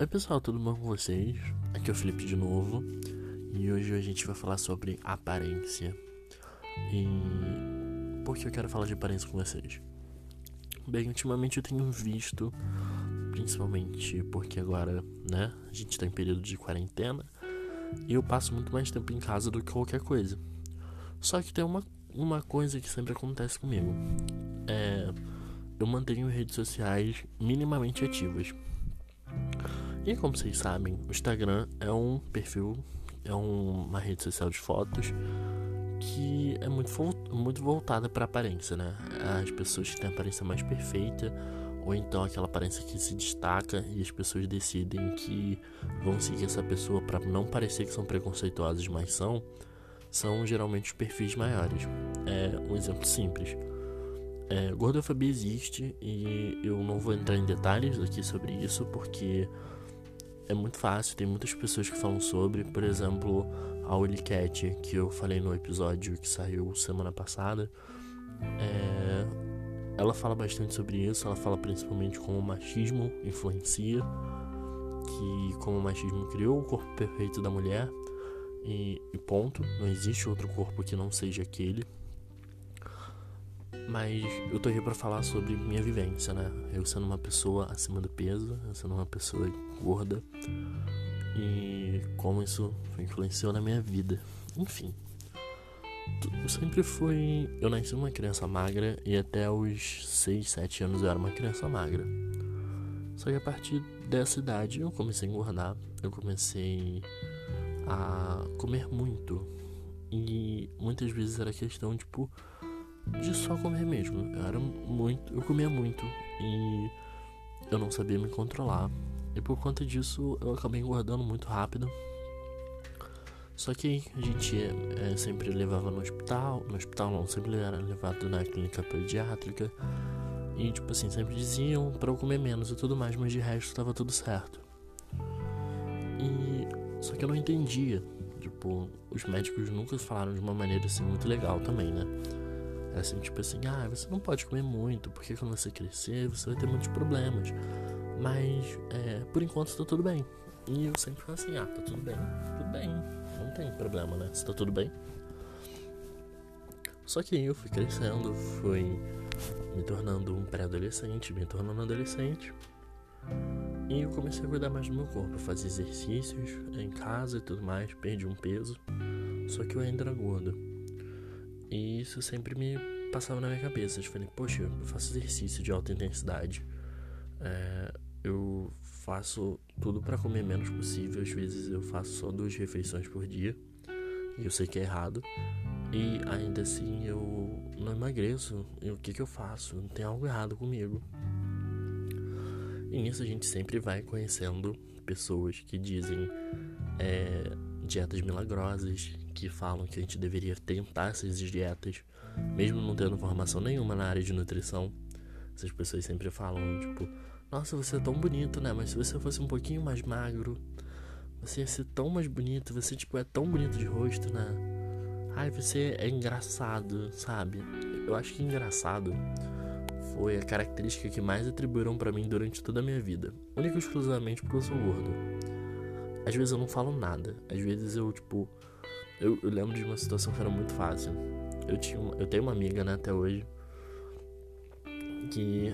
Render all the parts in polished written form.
Pessoal, tudo bom com vocês? Aqui é o Felipe de novo e hoje a gente vai falar sobre aparência. E por que eu quero falar de aparência com vocês? Bem, ultimamente eu tenho visto, principalmente porque agora, a gente tá em período de quarentena e eu passo muito mais tempo em casa do que qualquer coisa. Só que tem uma coisa que sempre acontece comigo. Eu mantenho redes sociais minimamente ativas. E como vocês sabem, o Instagram é um perfil, é uma rede social de fotos que é muito voltada para aparência, né? As pessoas que têm a aparência mais perfeita, ou então aquela aparência que se destaca e as pessoas decidem que vão seguir essa pessoa para não parecer que são preconceituosas, mas são geralmente os perfis maiores. Um exemplo simples. Gordofobia existe e eu não vou entrar em detalhes aqui sobre isso porque é muito fácil, tem muitas pessoas que falam sobre. Por exemplo, a Olicat, que eu falei no episódio que saiu semana passada, ela fala bastante sobre isso. Ela fala principalmente como o machismo influencia, que como o machismo criou o corpo perfeito da mulher e ponto, não existe outro corpo que não seja aquele. Mas eu tô aqui pra falar sobre minha vivência, né? Eu sendo uma pessoa acima do peso, eu sendo uma pessoa gorda e como isso influenciou na minha vida. Enfim, eu nasci uma criança magra e até os 6, 7 anos eu era uma criança magra. Só que a partir dessa idade eu comecei a engordar, eu comecei a comer muito. E muitas vezes era questão, de só comer mesmo. Eu comia muito e eu não sabia me controlar. E por conta disso eu acabei engordando muito rápido. Só que a gente sempre levava no hospital não, sempre era levado na clínica pediátrica. E sempre diziam pra eu comer menos e tudo mais, mas de resto tava tudo certo. Só que eu não entendia. Os médicos nunca falaram de uma maneira assim muito legal também, né? É assim, você não pode comer muito, porque quando você crescer, você vai ter muitos problemas. Mas, por enquanto tá tudo bem. E eu sempre falo assim, tá tudo bem, não tem problema, né? Se tá tudo bem. Só que aí eu fui crescendo, fui me tornando um pré-adolescente, me tornando adolescente. E eu comecei a cuidar mais do meu corpo, fazer exercícios em casa e tudo mais, perdi um peso. Só que eu ainda era gordo. E isso sempre me passava na minha cabeça. Eu falei, poxa, eu faço exercício de alta intensidade. Eu faço tudo pra comer menos possível. Às vezes eu faço só 2 refeições por dia. E eu sei que é errado. E ainda assim eu não emagreço. E o que eu faço? Tem algo errado comigo. E nisso a gente sempre vai conhecendo pessoas que dizem dietas milagrosas, que falam que a gente deveria tentar essas dietas, mesmo não tendo formação nenhuma na área de nutrição. Essas pessoas sempre falam, nossa, você é tão bonito, né? Mas se você fosse um pouquinho mais magro, você ia ser tão mais bonito, você, é tão bonito de rosto, né? Ai, você é engraçado, sabe? Eu acho que engraçado foi a característica que mais atribuíram pra mim durante toda a minha vida. Única e exclusivamente porque eu sou gordo. Às vezes eu não falo nada. Às vezes eu lembro de uma situação que era muito fácil. Eu tenho uma amiga, né, até hoje, que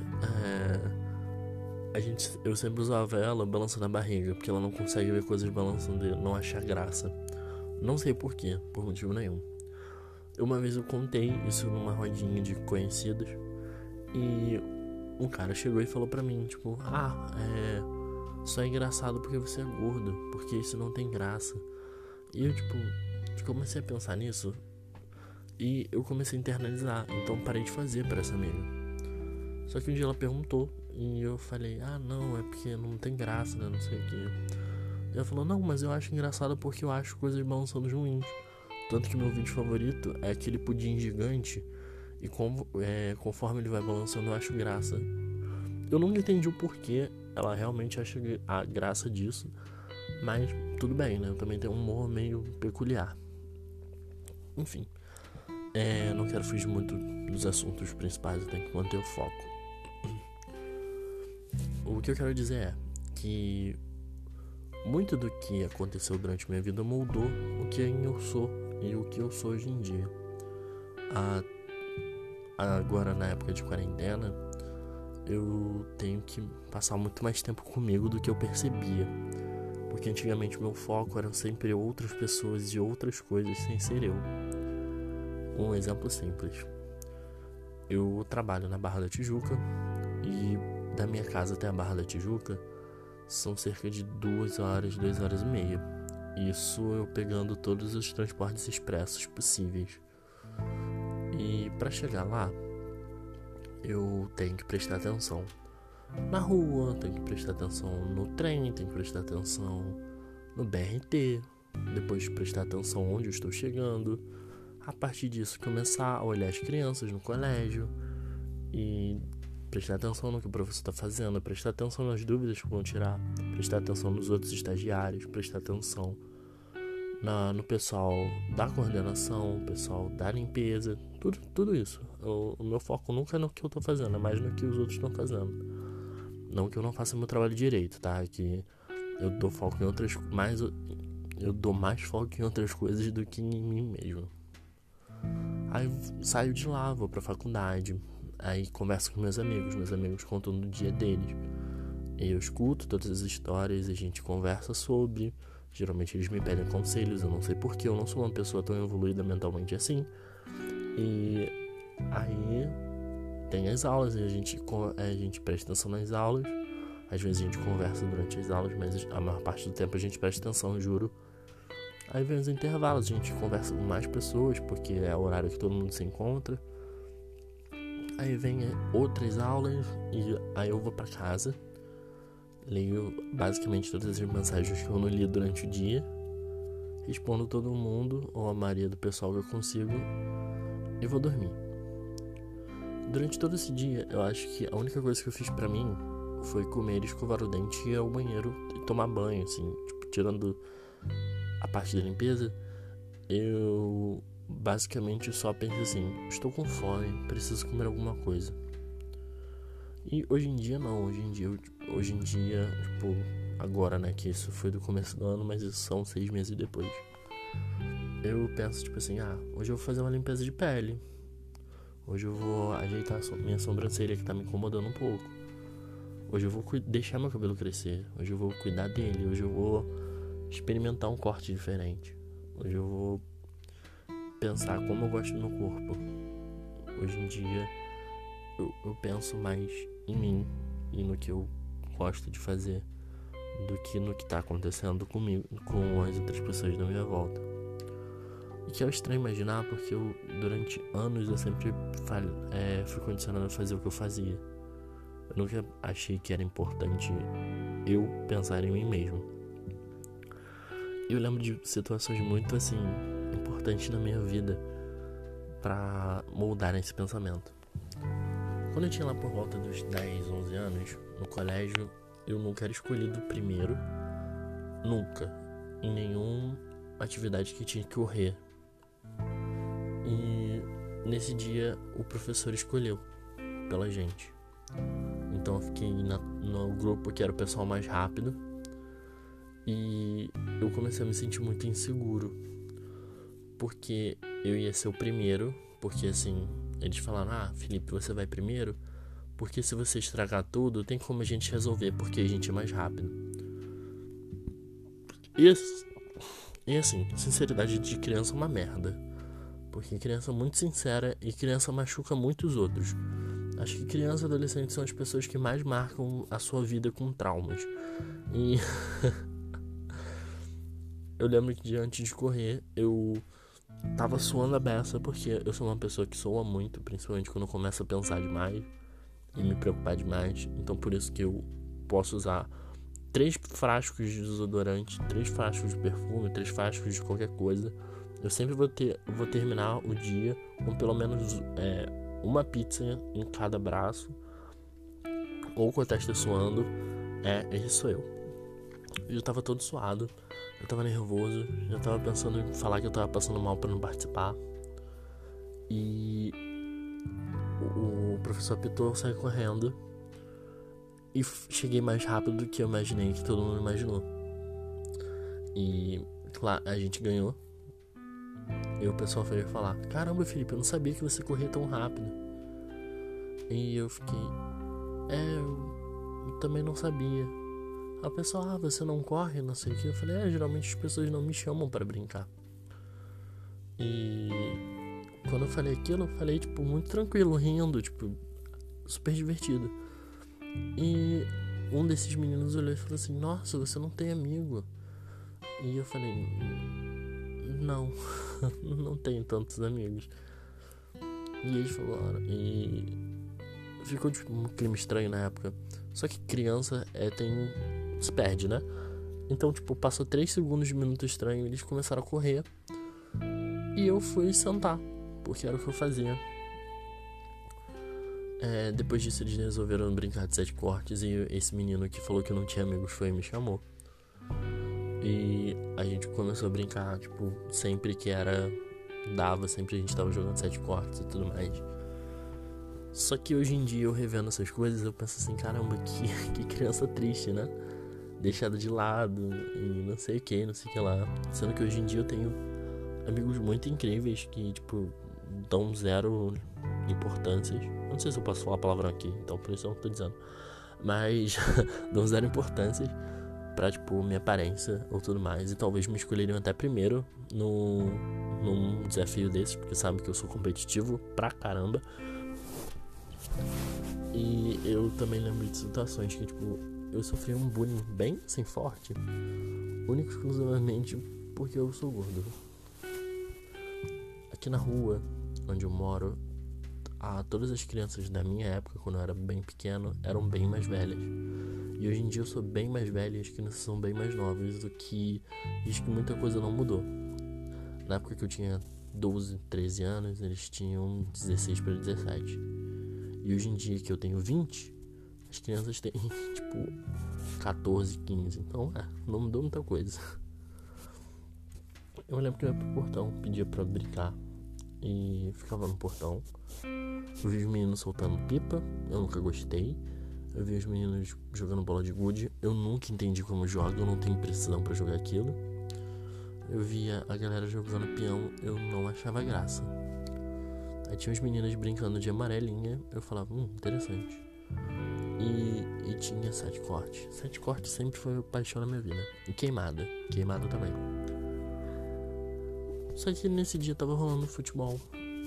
eu sempre usava ela balançando a barriga, porque ela não consegue ver coisas balançando e não achar graça. Não sei porquê, por motivo nenhum. Uma vez eu contei isso numa rodinha de conhecidos e um cara chegou e falou pra mim, só é engraçado porque você é gordo, porque isso não tem graça. E eu, comecei a pensar nisso e eu comecei a internalizar, então parei de fazer pra essa amiga. Só que um dia ela perguntou e eu falei, não, é porque não tem graça, né, não sei o que. Ela falou, não, mas eu acho engraçado porque eu acho coisas balançando ruins. Tanto que meu vídeo favorito é aquele pudim gigante e conforme ele vai balançando eu acho graça. Eu nunca entendi o porquê ela realmente acha a graça disso, mas tudo bem, né? Eu também tenho um humor meio peculiar. Enfim, não quero fugir muito dos assuntos principais, eu tenho que manter o foco. O que eu quero dizer é que muito do que aconteceu durante minha vida moldou o que eu sou e o que eu sou hoje em dia. Agora, na época de quarentena, eu tenho que passar muito mais tempo comigo do que eu percebia. Porque antigamente meu foco era sempre outras pessoas e outras coisas sem ser eu. Um exemplo simples. Eu trabalho na Barra da Tijuca e da minha casa até a Barra da Tijuca são cerca de 2 horas, 2 horas e meia. Isso eu pegando todos os transportes expressos possíveis. E para chegar lá, eu tenho que prestar atenção na rua, tenho que prestar atenção no trem, tenho que prestar atenção no BRT, depois prestar atenção onde eu estou chegando. A partir disso, começar a olhar as crianças no colégio e prestar atenção no que o professor está fazendo, prestar atenção nas dúvidas que vão tirar, prestar atenção nos outros estagiários, prestar atenção no pessoal da coordenação, pessoal da limpeza, tudo isso. O meu foco nunca é no que eu tô fazendo, é mais no que os outros estão fazendo. Não que eu não faça meu trabalho direito, tá? Que eu dou foco em outras coisas, eu dou mais foco em outras coisas do que em mim mesmo. Aí saio de lá, vou pra faculdade, aí converso com meus amigos contam do dia deles. Eu escuto todas as histórias, a gente conversa sobre. Geralmente eles me pedem conselhos, eu não sei porquê, eu não sou uma pessoa tão evoluída mentalmente assim. E aí tem as aulas e a gente presta atenção nas aulas. Às vezes a gente conversa durante as aulas, mas a maior parte do tempo a gente presta atenção, juro. Aí vem os intervalos, a gente conversa com mais pessoas, porque é o horário que todo mundo se encontra. Aí vem outras aulas e aí eu vou pra casa. Leio basicamente todas as mensagens que eu não li durante o dia. Respondo todo mundo, ou a maioria do pessoal que eu consigo, e vou dormir. Durante todo esse dia, eu acho que a única coisa que eu fiz pra mim foi comer, escovar o dente e ir ao banheiro e tomar banho, assim. Tipo, tirando a parte da limpeza, eu basicamente só penso assim: estou com fome, preciso comer alguma coisa. E hoje em dia não, hoje em dia, tipo, agora, né, que isso foi do começo do ano, mas isso são 6 meses depois. Eu penso, tipo assim, hoje eu vou fazer uma limpeza de pele. Hoje eu vou ajeitar minha sobrancelha que tá me incomodando um pouco. Hoje eu vou deixar meu cabelo crescer. Hoje eu vou cuidar dele. Hoje eu vou experimentar um corte diferente. Hoje eu vou pensar como eu gosto do meu corpo. Hoje em dia eu penso mais em mim e no que eu gosto de fazer do que no que tá acontecendo comigo, com as outras pessoas da minha volta. E que é estranho imaginar, porque eu, durante anos, eu sempre fui condicionado a fazer o que eu fazia. Eu nunca achei que era importante eu pensar em mim mesmo. Eu lembro de situações muito, assim, importantes na minha vida pra moldar esse pensamento. Quando eu tinha lá por volta dos 10, 11 anos, no colégio, eu nunca era escolhido primeiro, nunca, em nenhuma atividade que tinha que correr. E nesse dia o professor escolheu pela gente. Então eu fiquei no grupo que era o pessoal mais rápido. E eu comecei a me sentir muito inseguro, porque eu ia ser o primeiro. Porque assim, eles falaram: Felipe, você vai primeiro, porque se você estragar tudo, tem como a gente resolver, porque a gente é mais rápido. E assim, sinceridade de criança é uma merda, porque criança é muito sincera e criança machuca muito os outros. Acho que criança e adolescente são as pessoas que mais marcam a sua vida com traumas. E eu lembro que antes de correr, eu tava suando a beça, porque eu sou uma pessoa que soa muito, principalmente quando eu começo a pensar demais e me preocupar demais. Então por isso que eu posso usar 3 frascos de desodorante, 3 frascos de perfume, 3 frascos de qualquer coisa. Eu sempre vou terminar o dia com pelo menos uma pizza em cada braço, ou com a testa suando. Esse sou eu. Eu tava todo suado, eu tava nervoso, já tava pensando em falar que eu tava passando mal pra não participar. E o professor apitou, eu saí correndo e cheguei mais rápido do que eu imaginei, que todo mundo imaginou. E claro, a gente ganhou. E o pessoal veio falar: caramba, Felipe, eu não sabia que você corria tão rápido. E eu fiquei: eu também não sabia. Aí o pessoal: você não corre, não sei o que. Eu falei: geralmente as pessoas não me chamam pra brincar. E quando eu falei aquilo, eu falei tipo muito tranquilo, rindo, tipo super divertido. E um desses meninos olhou e falou assim: nossa, você não tem amigo? E eu falei: não, não tenho tantos amigos. E eles falaram, e ficou tipo um clima estranho na época. Só que criança se perde, né? Então tipo, passou 3 segundos de minuto estranho, eles começaram a correr. E eu fui sentar, porque era o que eu fazia. Depois disso eles resolveram brincar de 7 cortes. E esse menino que falou que não tinha amigos foi e me chamou. E a gente começou a brincar, tipo, sempre que sempre a gente tava jogando 7 cortes e tudo mais. Só que hoje em dia, eu revendo essas coisas, eu penso assim: caramba, que criança triste, né? Deixada de lado e não sei o que lá. Sendo que hoje em dia eu tenho amigos muito incríveis que, tipo, dão zero importância. Não sei se eu posso falar palavrão aqui, então por isso eu não tô dizendo. Mas dão zero importância pra, tipo, minha aparência ou tudo mais. E talvez me escolheriam até primeiro num desafio desses, porque sabem que eu sou competitivo pra caramba. E eu também lembro de situações que, tipo, eu sofri um bullying bem assim forte, único e exclusivamente porque eu sou gordo. Aqui na rua onde eu moro, todas as crianças da minha época, quando eu era bem pequeno, eram bem mais velhas. E hoje em dia eu sou bem mais velho e as crianças são bem mais novas, o que diz que muita coisa não mudou. Na época que eu tinha 12, 13 anos, eles tinham 16 para 17. E hoje em dia que eu tenho 20, as crianças têm tipo 14, 15. Então não mudou muita coisa. Eu lembro que eu ia pro portão, pedia pra brincar e ficava no portão. Eu vi os meninos soltando pipa, eu nunca gostei. Eu vi os meninos jogando bola de gude, eu nunca entendi como joga, eu não tenho precisão pra jogar aquilo. Eu via a galera jogando peão, eu não achava graça. Aí tinha os meninos brincando de amarelinha, eu falava, interessante. E tinha 7 cortes. 7 cortes sempre foi paixão na minha vida. E queimada também. Só que nesse dia tava rolando futebol.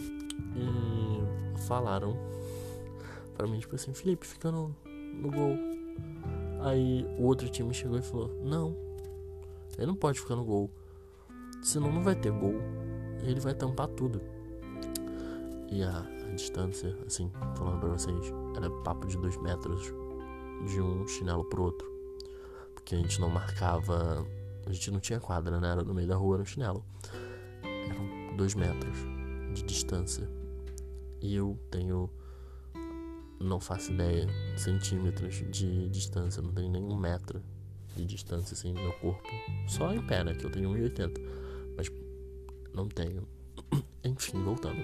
E falaram pra mim, tipo assim, Felipe, fica no gol. Aí o outro time chegou e falou, não, ele não pode ficar no gol, senão não vai ter gol, ele vai tampar tudo. E a distância, assim, falando pra vocês, era papo de 2 metros de um chinelo pro outro. Porque a gente não marcava, a gente não tinha quadra, né? Era no meio da rua, no chinelo. Eram 2 metros de distância. E eu tenho, não faço ideia, centímetros de distância. Não tenho nem 1 metro de distância, assim, no meu corpo. Só em pé, né? Que eu tenho 1,80. Mas não tenho. Enfim, voltando.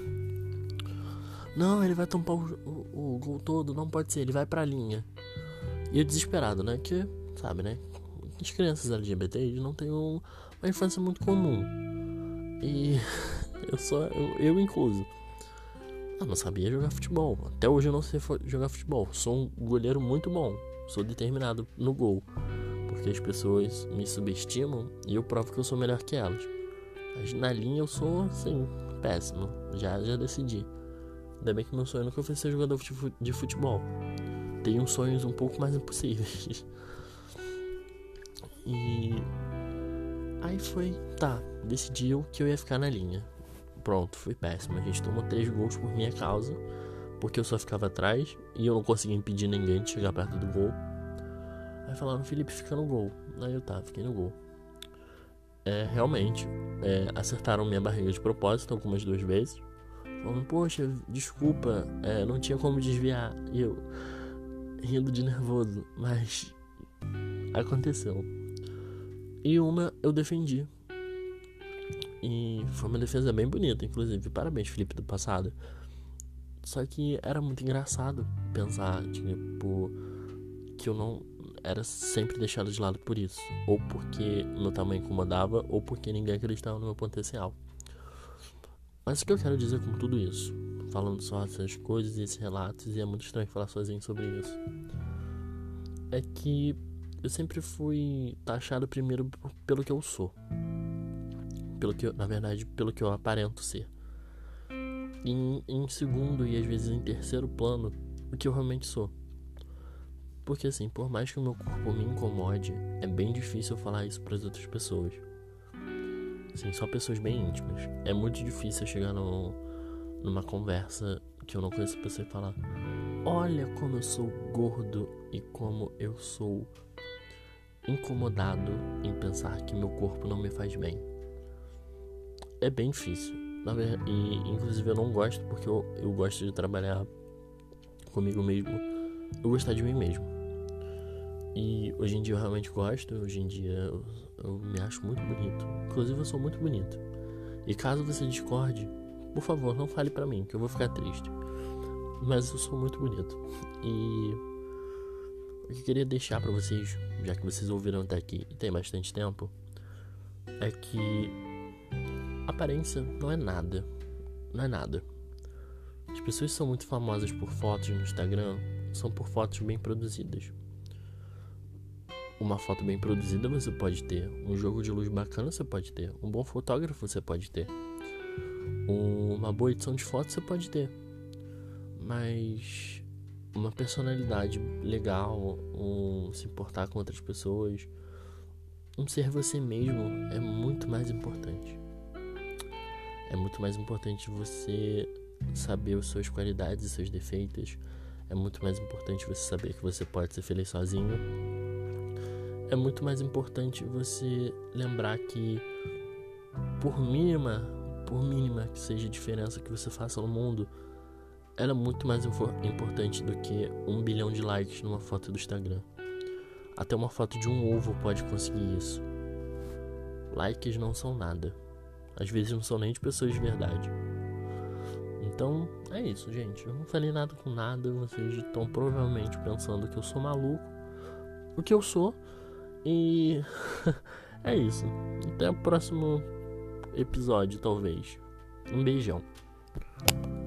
Não, ele vai tampar o gol todo, não pode ser, ele vai pra linha. E eu desesperado, né? Que, sabe, né? As crianças LGBTs não têm uma infância muito comum. E eu incluso. Eu não sabia jogar futebol. Até hoje eu não sei jogar futebol. Sou um goleiro muito bom. Sou determinado no gol. Porque as pessoas me subestimam e eu provo que eu sou melhor que elas. Mas na linha eu sou, assim, péssimo. Já decidi. Ainda bem que meu sonho nunca foi ser jogador de futebol. Tenho sonhos um pouco mais impossíveis. E aí decidiu que eu ia ficar na linha. Pronto, fui péssimo. A gente tomou 3 gols por minha causa, porque eu só ficava atrás e eu não conseguia impedir ninguém de chegar perto do gol. Aí falaram, Felipe, fica no gol. Aí eu fiquei no gol. Realmente, acertaram minha barriga de propósito algumas 2 vezes. Falando, poxa, desculpa, não tinha como desviar. E eu rindo de nervoso, mas aconteceu. E uma eu defendi. E foi uma defesa bem bonita, inclusive. Parabéns, Felipe, do passado. Só que era muito engraçado pensar, tipo, que eu não... era sempre deixado de lado por isso. Ou porque meu tamanho incomodava, ou porque ninguém acreditava no meu potencial. Mas o que eu quero dizer com tudo isso? Falando só essas coisas e esses relatos, e é muito estranho falar sozinho sobre isso, é que eu sempre fui taxado primeiro pelo que eu sou. Na verdade, pelo que eu aparento ser. E em segundo e às vezes em terceiro plano, o que eu realmente sou. Porque assim, por mais que o meu corpo me incomode, é bem difícil eu falar isso para as outras pessoas. Assim, só pessoas bem íntimas. É muito difícil eu chegar numa conversa que eu não conheço a pessoa e falar: olha como eu sou gordo e como eu sou incomodado em pensar que meu corpo não me faz bem. É bem difícil. E inclusive eu não gosto, porque eu gosto de trabalhar comigo mesmo. Eu gostar de mim mesmo. E hoje em dia eu realmente gosto. Hoje em dia eu me acho muito bonito. Inclusive eu sou muito bonito. E caso você discorde, por favor, não fale pra mim, que eu vou ficar triste. Mas eu sou muito bonito. E o que eu queria deixar pra vocês, já que vocês ouviram até aqui e tem bastante tempo, é que aparência não é nada. Não é nada. As pessoas que são muito famosas por fotos no Instagram são por fotos bem produzidas. Uma foto bem produzida você pode ter, um jogo de luz bacana você pode ter, um bom fotógrafo você pode ter, uma boa edição de foto você pode ter, mas uma personalidade legal, se importar com outras pessoas, ser você mesmo é muito mais importante. É muito mais importante você saber as suas qualidades e seus defeitos. É muito mais importante você saber que você pode ser feliz sozinho. É muito mais importante você lembrar que por mínima que seja a diferença que você faça no mundo, ela é muito mais importante do que 1 bilhão de likes numa foto do Instagram. Até uma foto de um ovo pode conseguir isso. Likes não são nada. Às vezes não são nem de pessoas de verdade. Então, é isso, gente. Eu não falei nada com nada. Vocês estão provavelmente pensando que eu sou maluco. O que eu sou. E é isso. Até o próximo episódio, talvez. Um beijão.